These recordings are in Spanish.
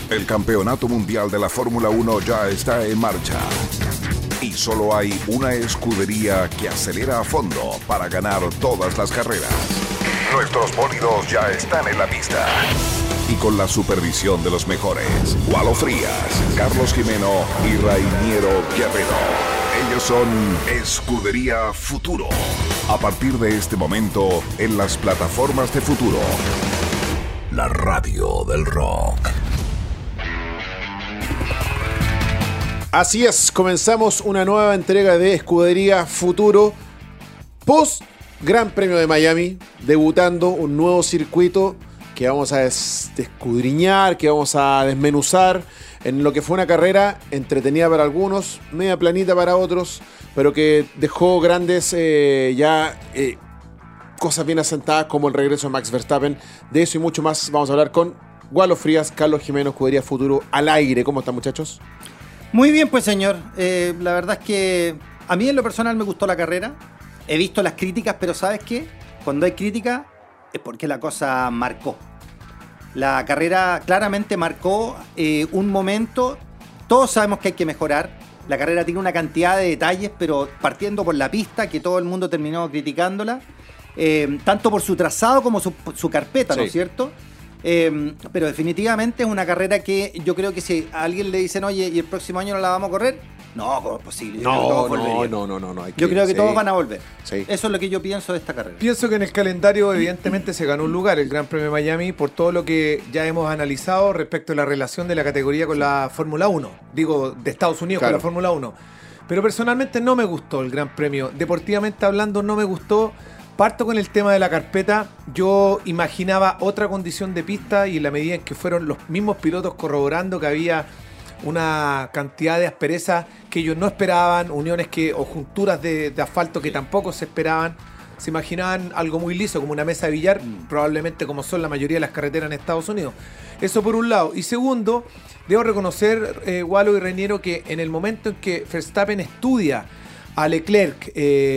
El campeonato mundial de la Fórmula 1 ya está en marcha. Y solo hay una escudería que acelera a fondo para ganar todas las carreras. Nuestros bólidos ya están en la pista. Y con la supervisión de los mejores, Walo Frías, Carlos Jimeno y Rainiero Guerrero. Ellos son Escudería Futuro. A partir de este momento, en las plataformas de Futuro. La radio del rock. Así es, comenzamos una nueva entrega de Escudería Futuro post Gran Premio de Miami, debutando un nuevo circuito que vamos a escudriñar, que vamos a desmenuzar en lo que fue una carrera entretenida para algunos, media planita para otros, pero que dejó grandes cosas bien asentadas como el regreso de Max Verstappen. De eso y mucho más vamos a hablar con Walo Frías, Carlos Jimeno, Escudería Futuro al aire. ¿Cómo están, muchachos? Muy bien, pues, señor. La verdad es que a mí en lo personal me gustó la carrera. He visto las críticas, pero ¿sabes qué? Cuando hay crítica es porque la cosa marcó. La carrera claramente marcó un momento. Todos sabemos que hay que mejorar. La carrera tiene una cantidad de detalles, pero partiendo por la pista, que todo el mundo terminó criticándola, tanto por su trazado como su carpeta, sí. ¿No es cierto? Pero definitivamente es una carrera que yo creo que si a alguien le dicen, oye, ¿y el próximo año no la vamos a correr? No, ¿cómo es posible? No. Yo creo que todos van a volver. Sí. Eso es lo que yo pienso de esta carrera. Pienso que en el calendario evidentemente se ganó un lugar el Gran Premio de Miami por todo lo que ya hemos analizado respecto a la relación de la categoría con la Fórmula 1. Digo, de Estados Unidos, claro, con la Fórmula 1. Pero personalmente no me gustó el Gran Premio. Deportivamente hablando no me gustó. Parto con el tema de la carpeta. Yo imaginaba otra condición de pista y en la medida en que fueron los mismos pilotos corroborando que había una cantidad de asperezas que ellos no esperaban, uniones o junturas de asfalto que tampoco se esperaban. Se imaginaban algo muy liso, como una mesa de billar, probablemente como son la mayoría de las carreteras en Estados Unidos. Eso por un lado. Y segundo, debo reconocer, Walo y Reiniero, que en el momento en que Verstappen estudia a Leclerc,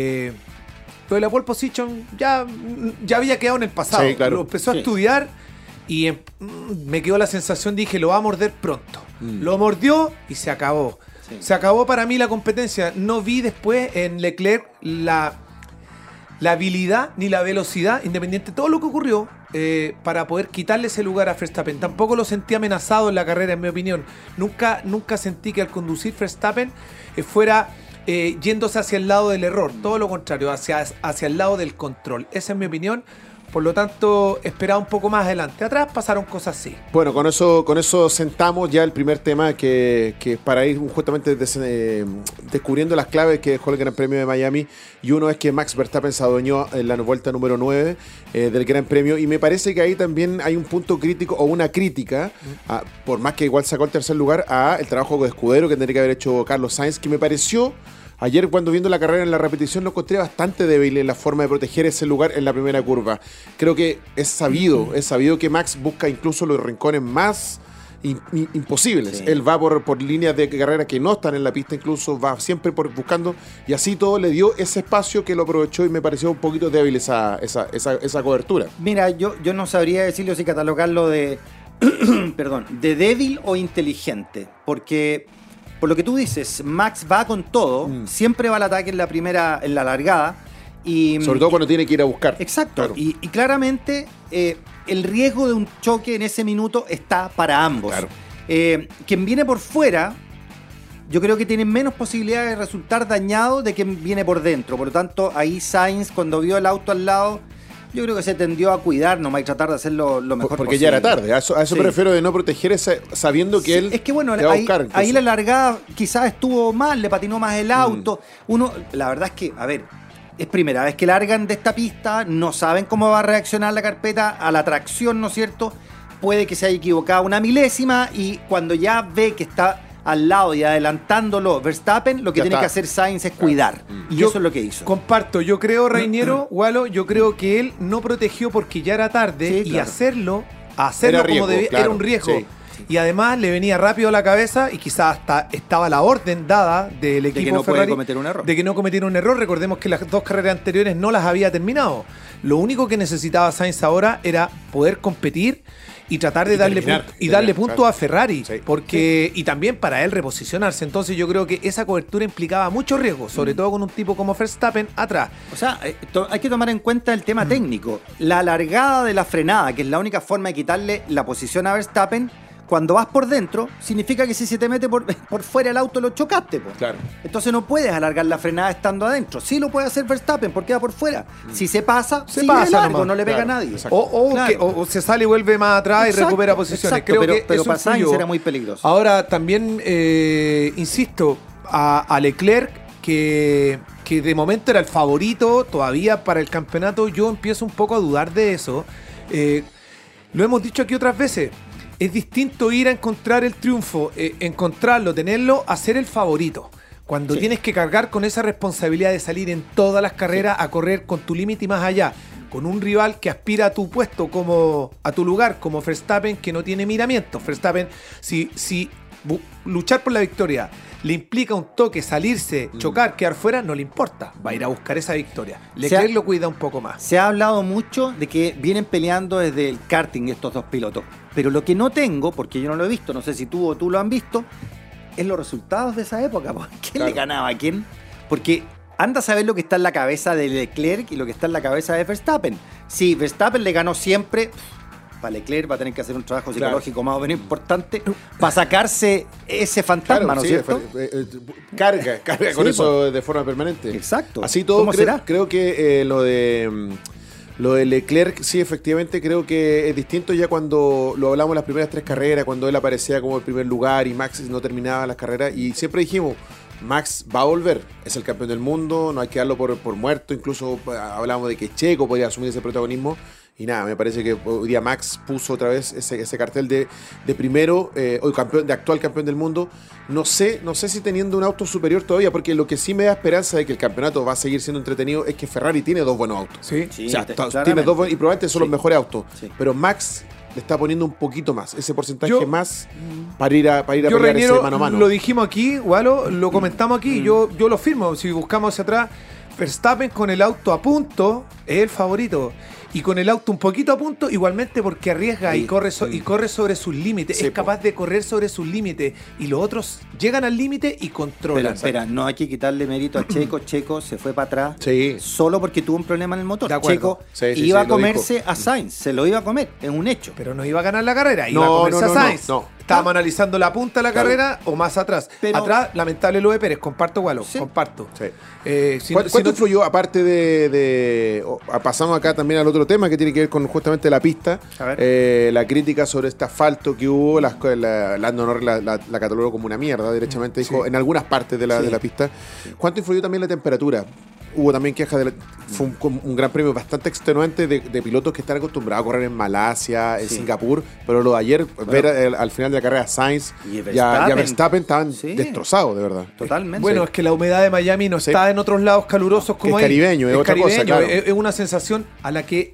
lo de la pole position ya había quedado en el pasado. Sí, claro. Lo empezó a estudiar y me quedó la sensación, dije, lo va a morder pronto. Lo mordió y se acabó. Sí. Se acabó para mí la competencia. No vi después en Leclerc la habilidad ni la velocidad, independiente de todo lo que ocurrió, para poder quitarle ese lugar a Verstappen. Tampoco lo sentí amenazado en la carrera, en mi opinión. Nunca sentí que al conducir Verstappen fuera yéndose hacia el lado del error, todo lo contrario, hacia el lado del control. Esa es mi opinión. Por lo tanto, esperaba un poco más adelante. Atrás pasaron cosas así. Bueno, con eso sentamos ya el primer tema que para ir justamente descubriendo las claves que dejó el Gran Premio de Miami. Y uno es que Max Verstappen se adueñó en la vuelta número 9 del Gran Premio. Y me parece que ahí también hay un punto crítico o una crítica, por más que igual sacó el tercer lugar, a el trabajo de escudero que tendría que haber hecho Carlos Sainz, que me pareció... Ayer cuando viendo la carrera en la repetición lo encontré bastante débil en la forma de proteger ese lugar en la primera curva. Creo que es sabido que Max busca incluso los rincones más imposibles. Sí. Él va por líneas de carrera que no están en la pista, incluso va siempre buscando, y así todo le dio ese espacio que lo aprovechó y me pareció un poquito débil esa cobertura. Mira, yo no sabría decirlo si catalogarlo de de débil o inteligente, porque... Por lo que tú dices, Max va con todo, siempre va al ataque en la largada. Y, sobre todo cuando tiene que ir a buscar. Exacto. Claro. Y claramente el riesgo de un choque en ese minuto está para ambos. Claro. Quien viene por fuera, yo creo que tiene menos posibilidades de resultar dañado de quien viene por dentro. Por lo tanto, ahí Sainz, cuando vio el auto al lado... Yo creo que se tendió a cuidar nomás y tratar de hacerlo lo mejor porque posible. Ya era tarde. A eso sí. Prefiero de no proteger sabiendo que él es que bueno, te va a buscar. Ahí la largada quizás estuvo mal, le patinó más el auto. La verdad es que, es primera vez que largan de esta pista, no saben cómo va a reaccionar la carpeta a la tracción, ¿no es cierto? Puede que se haya equivocado una milésima y cuando ya ve que está al lado y adelantándolo Verstappen, lo que tiene que hacer Sainz es cuidar. Y eso es lo que hizo. Comparto, yo creo, Reiniero, Walo, yo creo que él no protegió porque ya era tarde, y hacerlo era riesgo, como debía, era un riesgo. Sí. Y además le venía rápido a la cabeza y quizás hasta estaba la orden dada del equipo de que no Ferrari puede cometer un error. De que no cometiera un error. Recordemos que las dos carreras anteriores no las había terminado. Lo único que necesitaba Sainz ahora era poder competir y tratar de darle puntos a Ferrari, Sí. porque y también para él reposicionarse. Entonces yo creo que esa cobertura implicaba mucho riesgo, sobre todo con un tipo como Verstappen atrás. O sea, hay que tomar en cuenta el tema técnico. La largada de la frenada, que es la única forma de quitarle la posición a Verstappen, cuando vas por dentro, significa que si se te mete por fuera el auto lo chocaste, po. Claro. Entonces no puedes alargar la frenada estando adentro. Sí lo puede hacer Verstappen porque va por fuera. Si se pasa, Se sigue pasa de largo, nomás. no le pega Claro, a nadie. exacto. O se sale y vuelve más atrás y Exacto, recupera posiciones. exacto, Creo pero- que pero eso para Sainz influyó. era muy peligroso. Ahora también, insisto, a Leclerc, que de momento era el favorito todavía para el campeonato, yo empiezo un poco a dudar de eso. Lo hemos dicho aquí otras veces. Es distinto ir a encontrar el triunfo, encontrarlo, tenerlo, a ser el favorito. Cuando Sí. tienes que cargar con esa responsabilidad de salir en todas las carreras a correr con tu límite y más allá, con un rival que aspira a tu puesto, como a tu lugar, como Verstappen, que no tiene miramientos. Verstappen, si luchar por la victoria le implica un toque, salirse, chocar, quedar fuera, no le importa. Va a ir a buscar esa victoria. Leclerc lo cuida un poco más. Se ha hablado mucho de que vienen peleando desde el karting estos dos pilotos. Pero lo que no tengo, porque yo no lo he visto, no sé si tú o tú lo han visto, es los resultados de esa época. ¿Quién Claro. le ganaba a quién? Porque anda a saber lo que está en la cabeza de Leclerc y lo que está en la cabeza de Verstappen. Si Verstappen le ganó siempre, para Leclerc va a tener que hacer un trabajo Claro. psicológico más o menos importante para sacarse ese fantasma, ¿no es sí, cierto? carga con Sí, eso de forma permanente. Exacto. Así todo, ¿Cómo será? creo que lo de Leclerc, sí, efectivamente, creo que es distinto ya cuando lo hablamos las primeras 3 carreras, cuando él aparecía como el primer lugar y Max no terminaba las carreras, y siempre dijimos, Max va a volver, es el campeón del mundo, no hay que darlo por muerto, incluso hablamos de que Checo podría asumir ese protagonismo, y nada, me parece que hoy día Max puso otra vez ese cartel de primero, hoy campeón, de actual campeón del mundo. No sé si teniendo un auto superior todavía, porque lo que sí me da esperanza de que el campeonato va a seguir siendo entretenido es que Ferrari tiene 2 buenos autos. Sí. Sí, O sea, claramente. tiene 2 buenos y probablemente son los Sí. mejores autos. Sí. Pero Max le está poniendo un poquito más, ese porcentaje Yo- más para ir a Yo, pelear ese Reñero, mano a mano. lo dijimos aquí, Walo, lo comentamos aquí, yo lo firmo. Si buscamos hacia atrás, Verstappen con el auto a punto es el favorito. Y con el auto un poquito a punto, igualmente porque arriesga y corre sobre sus límites. Sí, es capaz de correr sobre sus límites. Y los otros llegan al límite y controlan. Espera, no hay que quitarle mérito a Checo. Checo se fue para atrás Sí. solo porque tuvo un problema en el motor. De acuerdo. Checo Sí, sí, iba sí, a lo comerse a Sainz, se lo iba a comer, es un hecho. Pero no iba a ganar la carrera, iba No, a comerse no, a no, Sainz. no. Estábamos analizando la punta de la Claro. carrera o más atrás. Pero- Atrás, lamentable lo de Pérez, comparto, Walo, Sí. comparto. Sí. Si ¿Cuánto no- influyó, aparte pasamos acá también al otro tema que tiene que ver con justamente la pista, A ver. la crítica sobre este asfalto que hubo, Lando Norris la catalogó como una mierda, derechamente dijo, en algunas partes de la pista. ¿Cuánto influyó también la temperatura? Hubo también quejas, fue un gran premio bastante extenuante de pilotos que están acostumbrados a correr en Malasia, en Sí. Singapur, pero lo de ayer, ver al final de la carrera Sainz Y y a Verstappen. Verstappen estaban Sí. destrozados, de verdad. Totalmente. Bueno, es que la humedad de Miami no Sí. está en otros lados calurosos como Es ahí. caribeño, es otra cosa, claro. Es una sensación a la que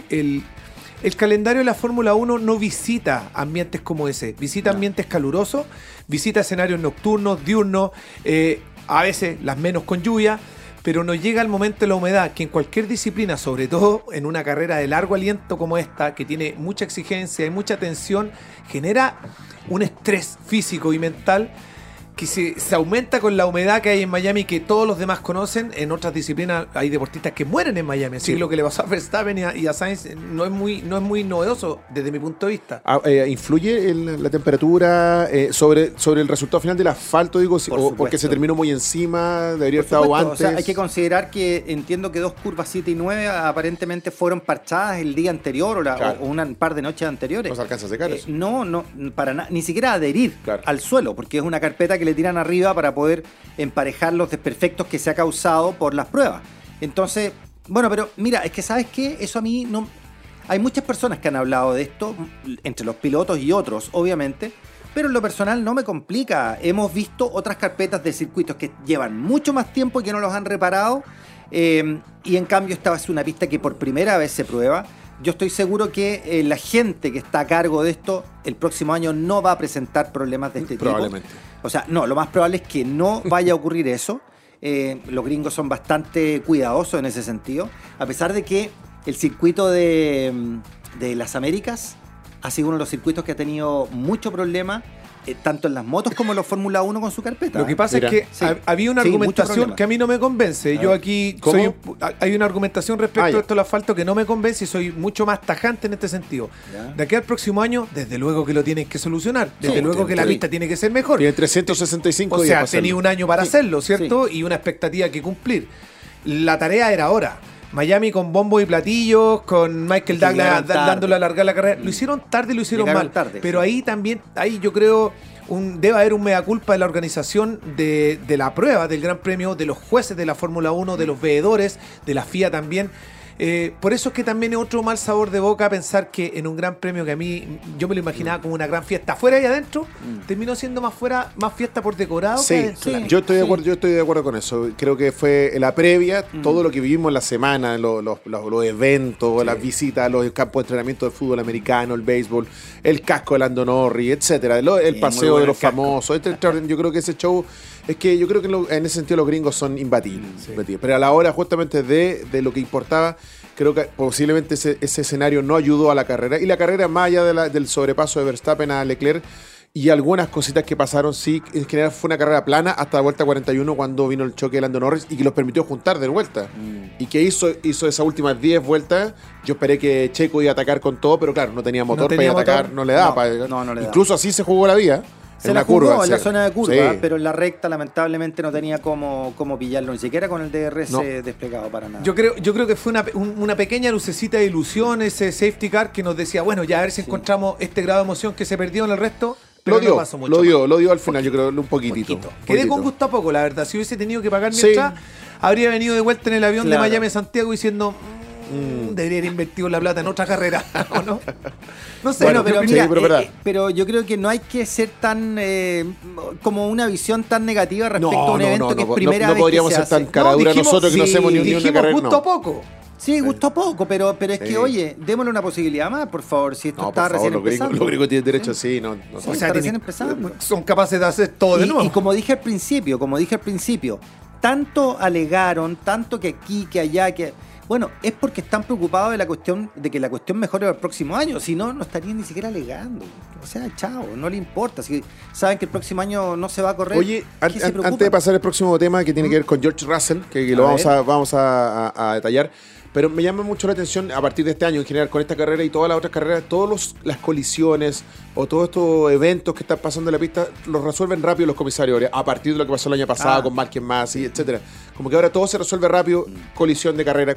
el calendario de la Fórmula 1 no visita ambientes como ese. Visita ambientes calurosos, visita escenarios nocturnos, diurnos, a veces las menos con lluvia, pero no llega el momento de la humedad, que en cualquier disciplina, sobre todo en una carrera de largo aliento como esta, que tiene mucha exigencia y mucha tensión, genera un estrés físico y mental que se aumenta con la humedad que hay en Miami, que todos los demás conocen. En otras disciplinas hay deportistas que mueren en Miami, así Sí. que lo que le pasó a Verstappen y a Sainz no es muy novedoso desde mi punto de vista. ¿Influye la temperatura sobre el resultado final del asfalto, digo, Por o supuesto. porque se terminó muy encima, debería Por haber estado supuesto, antes? o sea, hay que considerar que entiendo que 2 curvas 7 y 9 aparentemente fueron parchadas el día anterior Claro. o un par de noches anteriores. No se alcanza a secar eso. No, para nada, ni siquiera adherir Claro. al suelo, porque es una carpeta que le tiran arriba para poder emparejar los desperfectos que se ha causado por las pruebas. Entonces, bueno, pero mira, es que ¿sabes qué? Eso a mí no... Hay muchas personas que han hablado de esto, entre los pilotos y otros, obviamente, pero en lo personal no me complica. Hemos visto otras carpetas de circuitos que llevan mucho más tiempo y que no los han reparado, y en cambio esta va a ser una pista que por primera vez se prueba. Yo estoy seguro que la gente que está a cargo de esto el próximo año no va a presentar problemas de este Probablemente. tipo. O sea, no, lo más probable es que no vaya a ocurrir eso. Los gringos son bastante cuidadosos en ese sentido. A pesar de que el circuito de las Américas ha sido uno de los circuitos que ha tenido mucho problema, tanto en las motos como en los Fórmula 1 con su carpeta. Lo que pasa es que había una argumentación que a mí no me convence. Yo aquí hay una argumentación respecto a esto del asfalto que no me convence y soy mucho más tajante en este sentido. De aquí al próximo año, desde luego que lo tienen que solucionar. Desde luego que la pista tiene que ser mejor. Tiene 365 días. O sea, tenía un año para hacerlo, ¿cierto? Y una expectativa que cumplir. La tarea era ahora. Miami con bombos y platillos, con Michael Douglas dándole a alargar la carrera. Lo hicieron tarde y lo hicieron mal. Pero ahí también, yo creo, debe haber un mea culpa de la organización de la prueba del Gran Premio, de los jueces de la Fórmula 1, de los veedores, de la FIA también. Por eso es que también es otro mal sabor de boca pensar que en un Gran Premio que a mí yo me lo imaginaba como una gran fiesta afuera y adentro, terminó siendo más fiesta por decorado que adentro. Yo estoy de acuerdo con eso. Creo que fue la previa, todo lo que vivimos en la semana, los eventos, las visitas a los campos de entrenamiento del fútbol americano, el béisbol, el casco de Lando Norris, etcétera, el paseo de los famosos. Yo creo que ese show es que yo creo que en ese sentido los gringos son imbatibles. Pero a la hora justamente de lo que importaba, creo que posiblemente ese escenario no ayudó a la carrera. Y la carrera, más allá del sobrepaso de Verstappen a Leclerc y algunas cositas que pasaron, sí, en general fue una carrera plana hasta la vuelta 41 cuando vino el choque de Lando Norris y que los permitió juntar de vuelta. Y que hizo esas últimas 10 vueltas. Yo esperé que Checo iba a atacar con todo, pero claro, no tenía motor para ir a atacar, no le daba. No le incluso así se jugó la vía. Se la jugó en la zona de curva, pero en la recta lamentablemente no tenía cómo pillarlo, ni siquiera con el DRS desplegado para nada. Yo creo que fue una pequeña lucecita de ilusión ese safety car que nos decía, bueno, ya a ver si encontramos este grado de emoción que se perdió en el resto. Pero lo dio al final, yo creo, un poquitito. Quedé con gusto a poco, la verdad. Si hubiese tenido que pagar mi entrada, habría venido de vuelta en el avión de Miami a Santiago diciendo... debería haber invertido la plata en otra carrera, ¿o no? No sé, bueno, pero mira, pero yo creo que no hay que ser tan como una visión tan negativa respecto a un evento que es primera vez. No podríamos ser tan caradura nosotros que no hacemos ni una carrera. Gustó poco. Sí, gustó poco, pero es que, oye, démosle una posibilidad más, por favor, si esto está recién empezando. Los gringos tienen derecho, o sea, recién empezando. Son capaces de hacer todo de nuevo. Y como dije al principio, tanto alegaron, tanto que aquí, que allá, que... Bueno, es porque están preocupados de que la cuestión mejore el próximo año. Si no, no estarían ni siquiera alegando. O sea, chao, no le importa. Si saben que el próximo año no se va a correr. Oye, antes de pasar al próximo tema que tiene que ver con George Russell, que lo vamos a detallar. Pero me llama mucho la atención a partir de este año en general con esta carrera y todas las otras carreras, las colisiones o todos estos eventos que están pasando en la pista los resuelven rápido los comisarios a partir de lo que pasó el año pasado con Marquez Masi, etcétera. Como que ahora todo se resuelve rápido, colisión de carrera,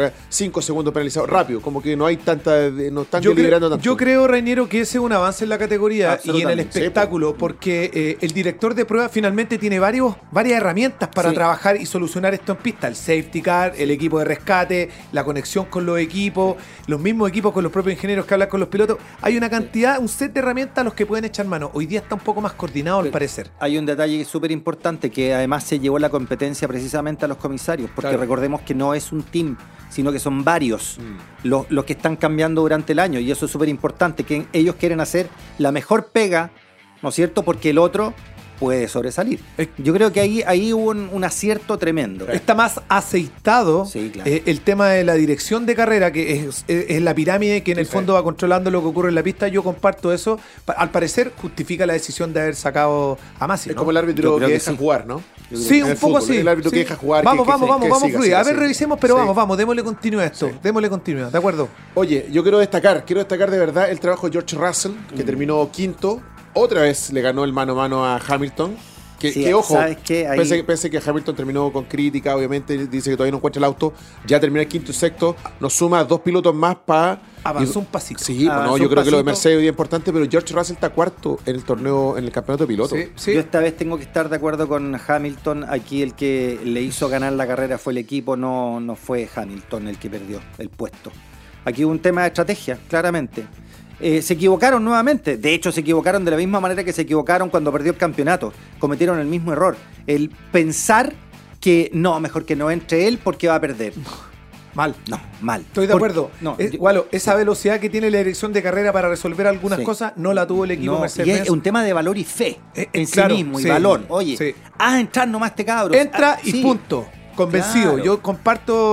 5 segundos penalizados, rápido, como que no hay no están deliberando tanto. Yo creo, Reiniero, que ese es un avance en la categoría y en el espectáculo, porque el director de prueba finalmente tiene varias herramientas para trabajar y solucionar esto en pista. El safety car, el equipo de rescate, la conexión con los equipos, los mismos equipos con los propios ingenieros que hablan con los pilotos. Hay un set de herramientas a los que pueden echar mano. Hoy día está un poco más coordinado, al parecer. Hay un detalle súper importante que además se llevó la competencia precisamente a los comisarios, porque recordemos que no es un team, sino que son varios los que están cambiando durante el año, y eso es súper importante, que ellos quieren hacer la mejor pega, ¿no es cierto? Porque el otro puede sobresalir. Yo creo que ahí hubo un acierto tremendo. Está más aceitado el tema de la dirección de carrera, que es la pirámide que en el fondo va controlando lo que ocurre en la pista. Yo comparto eso. Al parecer justifica la decisión de haber sacado a Masi, ¿no? Es como el árbitro que deja jugar, ¿no? Sí, un poco así. El árbitro que deja jugar. Vamos, fluir. A ver, revisemos, pero vamos, démosle continuidad a esto. Démosle continuidad, ¿de acuerdo? Oye, yo quiero destacar de verdad el trabajo de George Russell, que terminó quinto. Otra vez le ganó el mano a mano a Hamilton. Que ojo, pese que Hamilton terminó con crítica, obviamente, dice que todavía no encuentra el auto, ya termina el quinto y sexto, nos suma 2 pilotos más para... Avanzó un pasito. Sí, yo creo que lo de Mercedes es importante, pero George Russell está cuarto en el torneo, en el campeonato de pilotos. Sí. Yo esta vez tengo que estar de acuerdo con Hamilton. Aquí el que le hizo ganar la carrera fue el equipo, no fue Hamilton el que perdió el puesto. Aquí hubo un tema de estrategia, claramente. Se equivocaron nuevamente. De hecho, se equivocaron de la misma manera que se equivocaron cuando perdió el campeonato. Cometieron el mismo error. El pensar que mejor que no entre él porque va a perder. Mal. Mal. Estoy de acuerdo. Esa velocidad que tiene la dirección de carrera para resolver algunas cosas no la tuvo el equipo Mercedes. Y es un tema de valor y fe en sí mismo y valor. Oye, entrar nomás este cabro. Entra y punto. Convencido. Claro. Yo comparto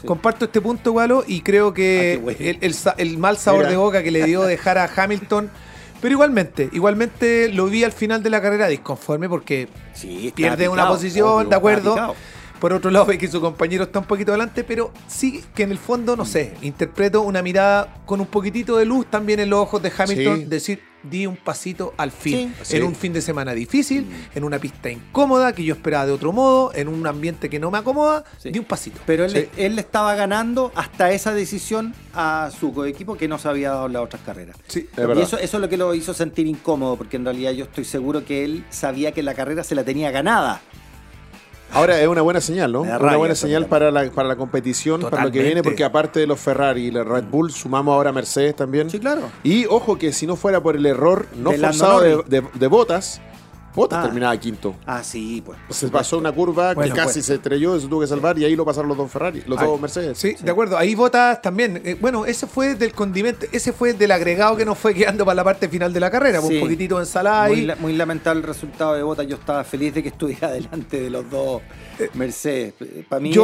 Comparto este punto, Gualo, y creo que el mal sabor de boca que le dio dejar a Hamilton. Pero igualmente lo vi al final de la carrera disconforme porque pierde una posición, obvio, de acuerdo. Por otro lado, ve que su compañero está un poquito adelante, pero sí que en el fondo, no sé, interpreto una mirada con un poquitito de luz también en los ojos de Hamilton, decir, di un pasito al fin, en un fin de semana difícil, en una pista incómoda que yo esperaba de otro modo, en un ambiente que no me acomoda, di un pasito. Pero él le estaba ganando hasta esa decisión a su coequipo que no se había dado en las otras carreras. Sí, y eso es lo que lo hizo sentir incómodo, porque en realidad yo estoy seguro que él sabía que la carrera se la tenía ganada. Ahora es una buena señal, ¿no? Una buena señal para la competición, totalmente, para lo que viene, porque aparte de los Ferrari y la Red Bull, sumamos ahora Mercedes también. Sí, claro. Y ojo que si no fuera por el error no forzado de Bottas, terminaba quinto. Sí, pues. Se pasó una curva que casi se estrelló, se tuvo que salvar y ahí lo pasaron los dos Ferrari, los dos Mercedes. Sí, de acuerdo. Ahí Bottas también. Ese fue del condimento, ese fue del agregado que nos fue quedando para la parte final de la carrera. Un poquitito de ensalada ahí. Muy lamentable el resultado de Bottas. Yo estaba feliz de que estuviera delante de los dos Mercedes. Para mí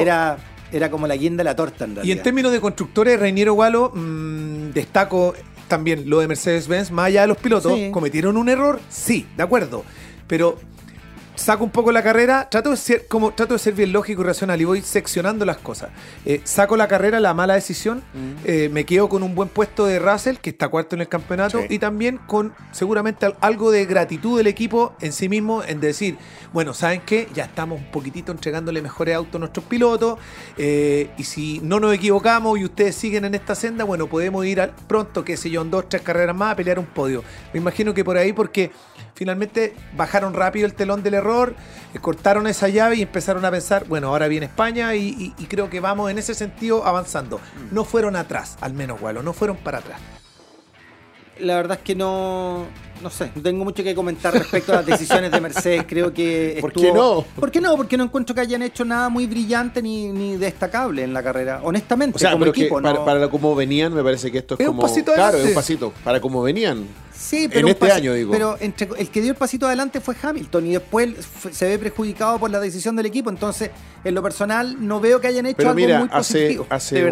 era como la guinda de la torta en realidad. Y en términos de constructores, Reiniero Gualo, destaco también lo de Mercedes-Benz, más allá de los pilotos, cometieron un error, sí, de acuerdo, pero saco un poco la carrera, trato de ser bien lógico y racional y voy seccionando las cosas. Saco la carrera, la mala decisión, me quedo con un buen puesto de Russell, que está cuarto en el campeonato, y también con seguramente algo de gratitud del equipo en sí mismo, en decir, bueno, ¿saben qué? Ya estamos un poquitito entregándole mejores autos a nuestros pilotos, y si no nos equivocamos y ustedes siguen en esta senda, bueno, podemos ir pronto, qué sé yo, en 2-3 carreras más a pelear un podio. Me imagino que por ahí, porque finalmente bajaron rápido el telón del error, cortaron esa llave y empezaron a pensar, bueno, ahora viene España y creo que vamos en ese sentido avanzando. No fueron atrás, al menos, Gualo, no fueron para atrás. La verdad es que no sé, no tengo mucho que comentar respecto a las decisiones de Mercedes. Creo que ¿Por qué no? ¿Por qué no? Porque no encuentro que hayan hecho nada muy brillante ni destacable en la carrera. Honestamente, o sea, como pero equipo. Para cómo venían, me parece que esto es como... un pasito claro, adelante. es un pasito. Para cómo venían. Sí, pero en este año, digo. Pero el que dio el pasito adelante fue Hamilton y después se ve perjudicado por la decisión del equipo. Entonces, en lo personal, no veo que hayan hecho algo muy positivo.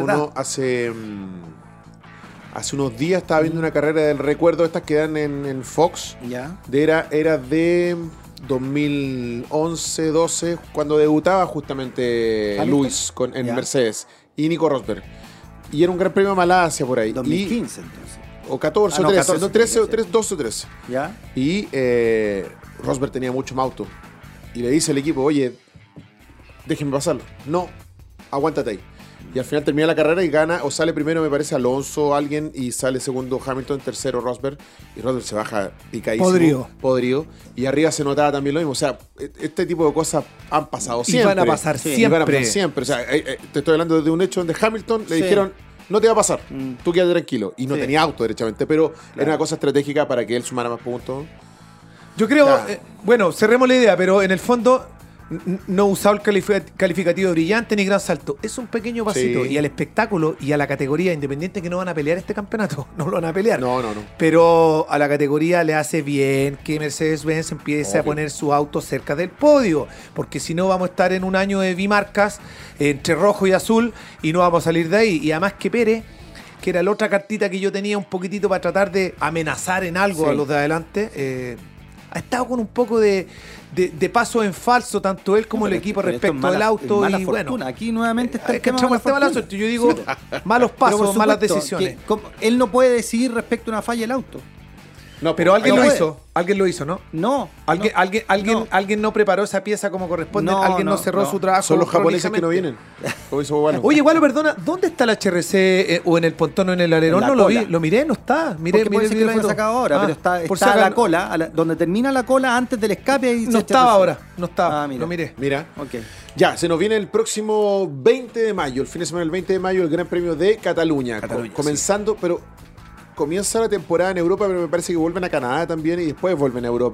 Hace unos días estaba viendo una carrera del recuerdo, estas que dan en Fox. Ya. Era de 2011-12, cuando debutaba justamente Lewis en Mercedes y Nico Rosberg. Y era un gran premio a Malasia por ahí. 2015 entonces. O 14 o 13, 12 o 13. ¿Ya? Y Rosberg tenía mucho más auto. Y le dice al equipo, oye, déjenme pasarlo. No, aguántate ahí. Y al final termina la carrera y gana, o sale primero, me parece, Alonso, alguien, y sale segundo Hamilton, tercero Rosberg, y Rosberg se baja picadísimo. Podrido. Y arriba se notaba también lo mismo. O sea, este tipo de cosas han pasado siempre. Y van a pasar siempre. Y van a pasar siempre. O sea, te estoy hablando de un hecho donde Hamilton le dijeron, no te va a pasar, tú quédate tranquilo. Y no tenía auto, derechamente, pero era una cosa estratégica para que él sumara más puntos. Yo creo, bueno, cerremos la idea, pero en el fondo... No usado el calificativo brillante ni gran salto. Es un pequeño pasito. Y al espectáculo y a la categoría, independiente que no van a pelear este campeonato, no lo van a pelear. No. Pero a la categoría le hace bien que Mercedes-Benz empiece a poner su auto cerca del podio. Porque si no vamos a estar en un año de bimarcas entre rojo y azul y no vamos a salir de ahí. Y además que Pérez, que era la otra cartita que yo tenía un poquitito para tratar de amenazar en algo a los de adelante, ha estado con un poco de paso en falso, tanto él como el equipo respecto del auto. Mala y fortuna. bueno, aquí nuevamente está el tema mala suerte. Yo digo, malos pasos, malas decisiones. Él no puede decidir respecto a una falla del auto. No, pero alguien lo hizo. Alguien lo hizo, ¿no? No. Alguien no preparó esa pieza como corresponde. Alguien no cerró su trabajo. Son los japoneses que no vienen. Oye, Gualo, perdona, ¿dónde está el HRC o en el pontón o en el alerón? No lo vi, lo miré, no está. Miré puede ser que lo hayan sacado ahora, pero está a la cola, donde termina la cola antes del escape. No estaba ahora, no estaba. Lo miré. Mira. Okay. Ya, se nos viene el próximo 20 de mayo, el fin de semana del 20 de mayo, el Gran Premio de Cataluña. Comenzando, pero comienza la temporada en Europa, pero me parece que vuelven a Canadá también y después vuelven a Europa.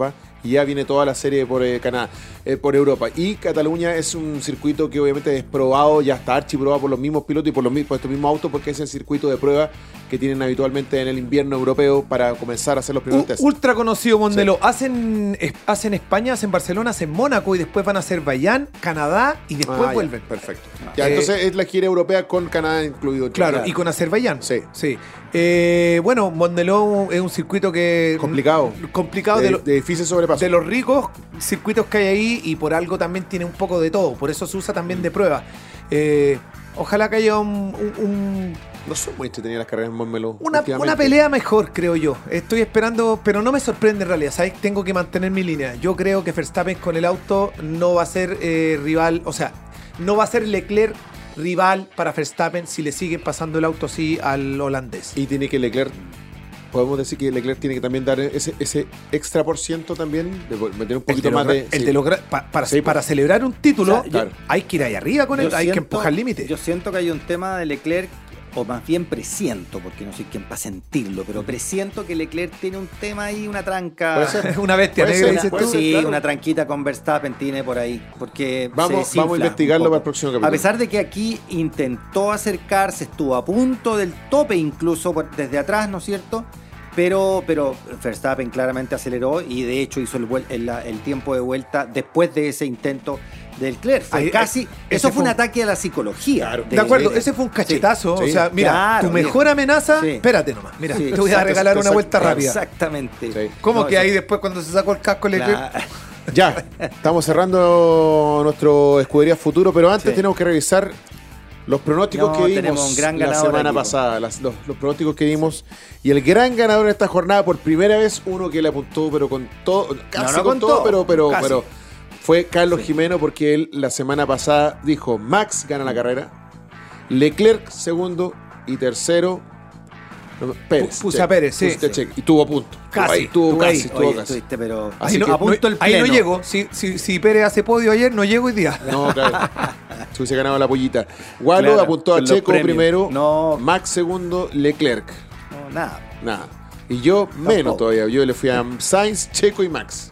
y ya viene toda la serie por Canadá, por Europa. Y Cataluña es un circuito que obviamente es probado, ya está archiprobado por los mismos pilotos y por estos mismos autos, porque es el circuito de prueba que tienen habitualmente en el invierno europeo para comenzar a hacer los primeros tests. Ultra conocido, Mondelo. Sí. Hacen España, hacen Barcelona, hacen Mónaco y después van a Azerbaiyán, Canadá y después vuelven. Perfecto. Ya, entonces es la gira europea con Canadá incluido. Claro, y con Azerbaiyán. Sí. Bueno, Mondeló es un circuito que... Complicado. De difícil sobrepaso. De los ricos circuitos que hay ahí, y por algo también tiene un poco de todo. Por eso se usa también de prueba. Ojalá que haya No son muy entretenidas las carreras en Montmeló. Una pelea mejor, creo yo. Estoy esperando, pero no me sorprende en realidad, ¿sabes? Tengo que mantener mi línea. Yo creo que Verstappen con el auto no va a ser rival, o sea, no va a ser Leclerc rival para Verstappen si le siguen pasando el auto así al holandés. Y tiene que Leclerc, podemos decir que Leclerc tiene que también dar ese extra por ciento también, de meter un poquito más de... Para celebrar un título, O sea, claro, hay que ir ahí arriba con él, hay que empujar el límite. Yo siento que hay un tema de Leclerc, o más bien presiento, porque no soy quien para sentirlo, pero presiento que Leclerc tiene un tema ahí, una tranca. Una bestia negra, dices tú. Sí, claro. Una tranquita con Verstappen tiene por ahí. Porque vamos a investigarlo para el próximo capítulo. A pesar de que aquí intentó acercarse, estuvo a punto del tope incluso desde atrás, ¿no es cierto? Pero Verstappen claramente aceleró y de hecho hizo el tiempo de vuelta después de ese intento del Leclerc. Eso fue un ataque a la psicología. Claro. De acuerdo, ese fue un cachetazo. Sí. O sea, mira, Claro, tu mejor amenaza, espérate nomás. Mira, te voy a regalar una vuelta rápida. Exactamente. Sí. ¿Cómo que ahí después cuando se sacó el casco Leclerc? Ya, estamos cerrando nuestro Escudería Futuro, pero antes tenemos que revisar los pronósticos que dimos la semana pasada, los pronósticos que dimos, y el gran ganador en esta jornada, por primera vez, uno que le apuntó, pero con todo, casi con todo, pero fue Carlos Jimeno, porque él la semana pasada dijo: Max gana la carrera, Leclerc segundo y tercero Pérez. Puse a Pérez, sí. Y tuvo a punto. Casi. Tuvo casi. Pero Así a punto el pleno. Ahí no llego. Si Pérez hace podio ayer, no llego hoy día. No, claro. Se hubiese ganado la pollita. Walo apuntó a Checo primero, Max segundo, Leclerc. No, nada. Y yo menos todavía. Yo le fui a Sainz, Checo y Max.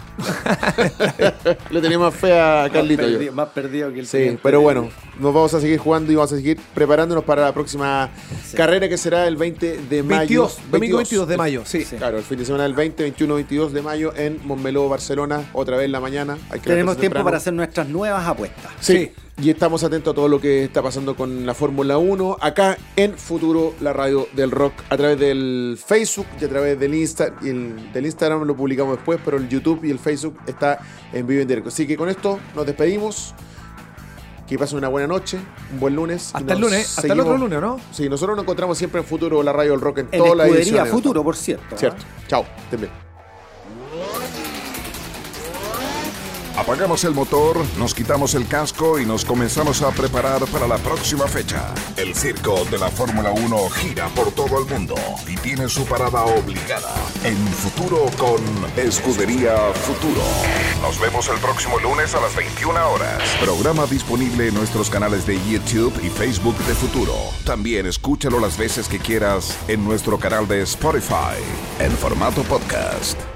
Le tenía más fe a Carlito. Más perdido que el Sí, pero bueno, nos vamos a seguir jugando y vamos a seguir preparándonos para la próxima carrera, que será el 20 de mayo. Domingo 22 de mayo, sí. Claro, el fin de semana del 20, 21, 22 de mayo en Montmeló, Barcelona, otra vez en la mañana. Tenemos tiempo para hacer nuestras nuevas apuestas. Sí. Y estamos atentos a todo lo que está pasando con la Fórmula 1 acá en Futuro, la radio del rock, a través del Facebook y a través del del Instagram lo publicamos después, pero el YouTube y el Facebook está en vivo y en directo. Así que con esto nos despedimos. Que pasen una buena noche, un buen lunes. Hasta el lunes, hasta el otro lunes, ¿no? Sí, nosotros nos encontramos siempre en Futuro, la radio del rock, en toda la edición. Escudería Futuro, por cierto. Cierto. Chao, estén bien. Apagamos el motor, nos quitamos el casco y nos comenzamos a preparar para la próxima fecha. El circo de la Fórmula 1 gira por todo el mundo y tiene su parada obligada en Futuro con Escudería Futuro. Nos vemos el próximo lunes a las 21 horas. Programa disponible en nuestros canales de YouTube y Facebook de Futuro. También escúchalo las veces que quieras en nuestro canal de Spotify en formato podcast.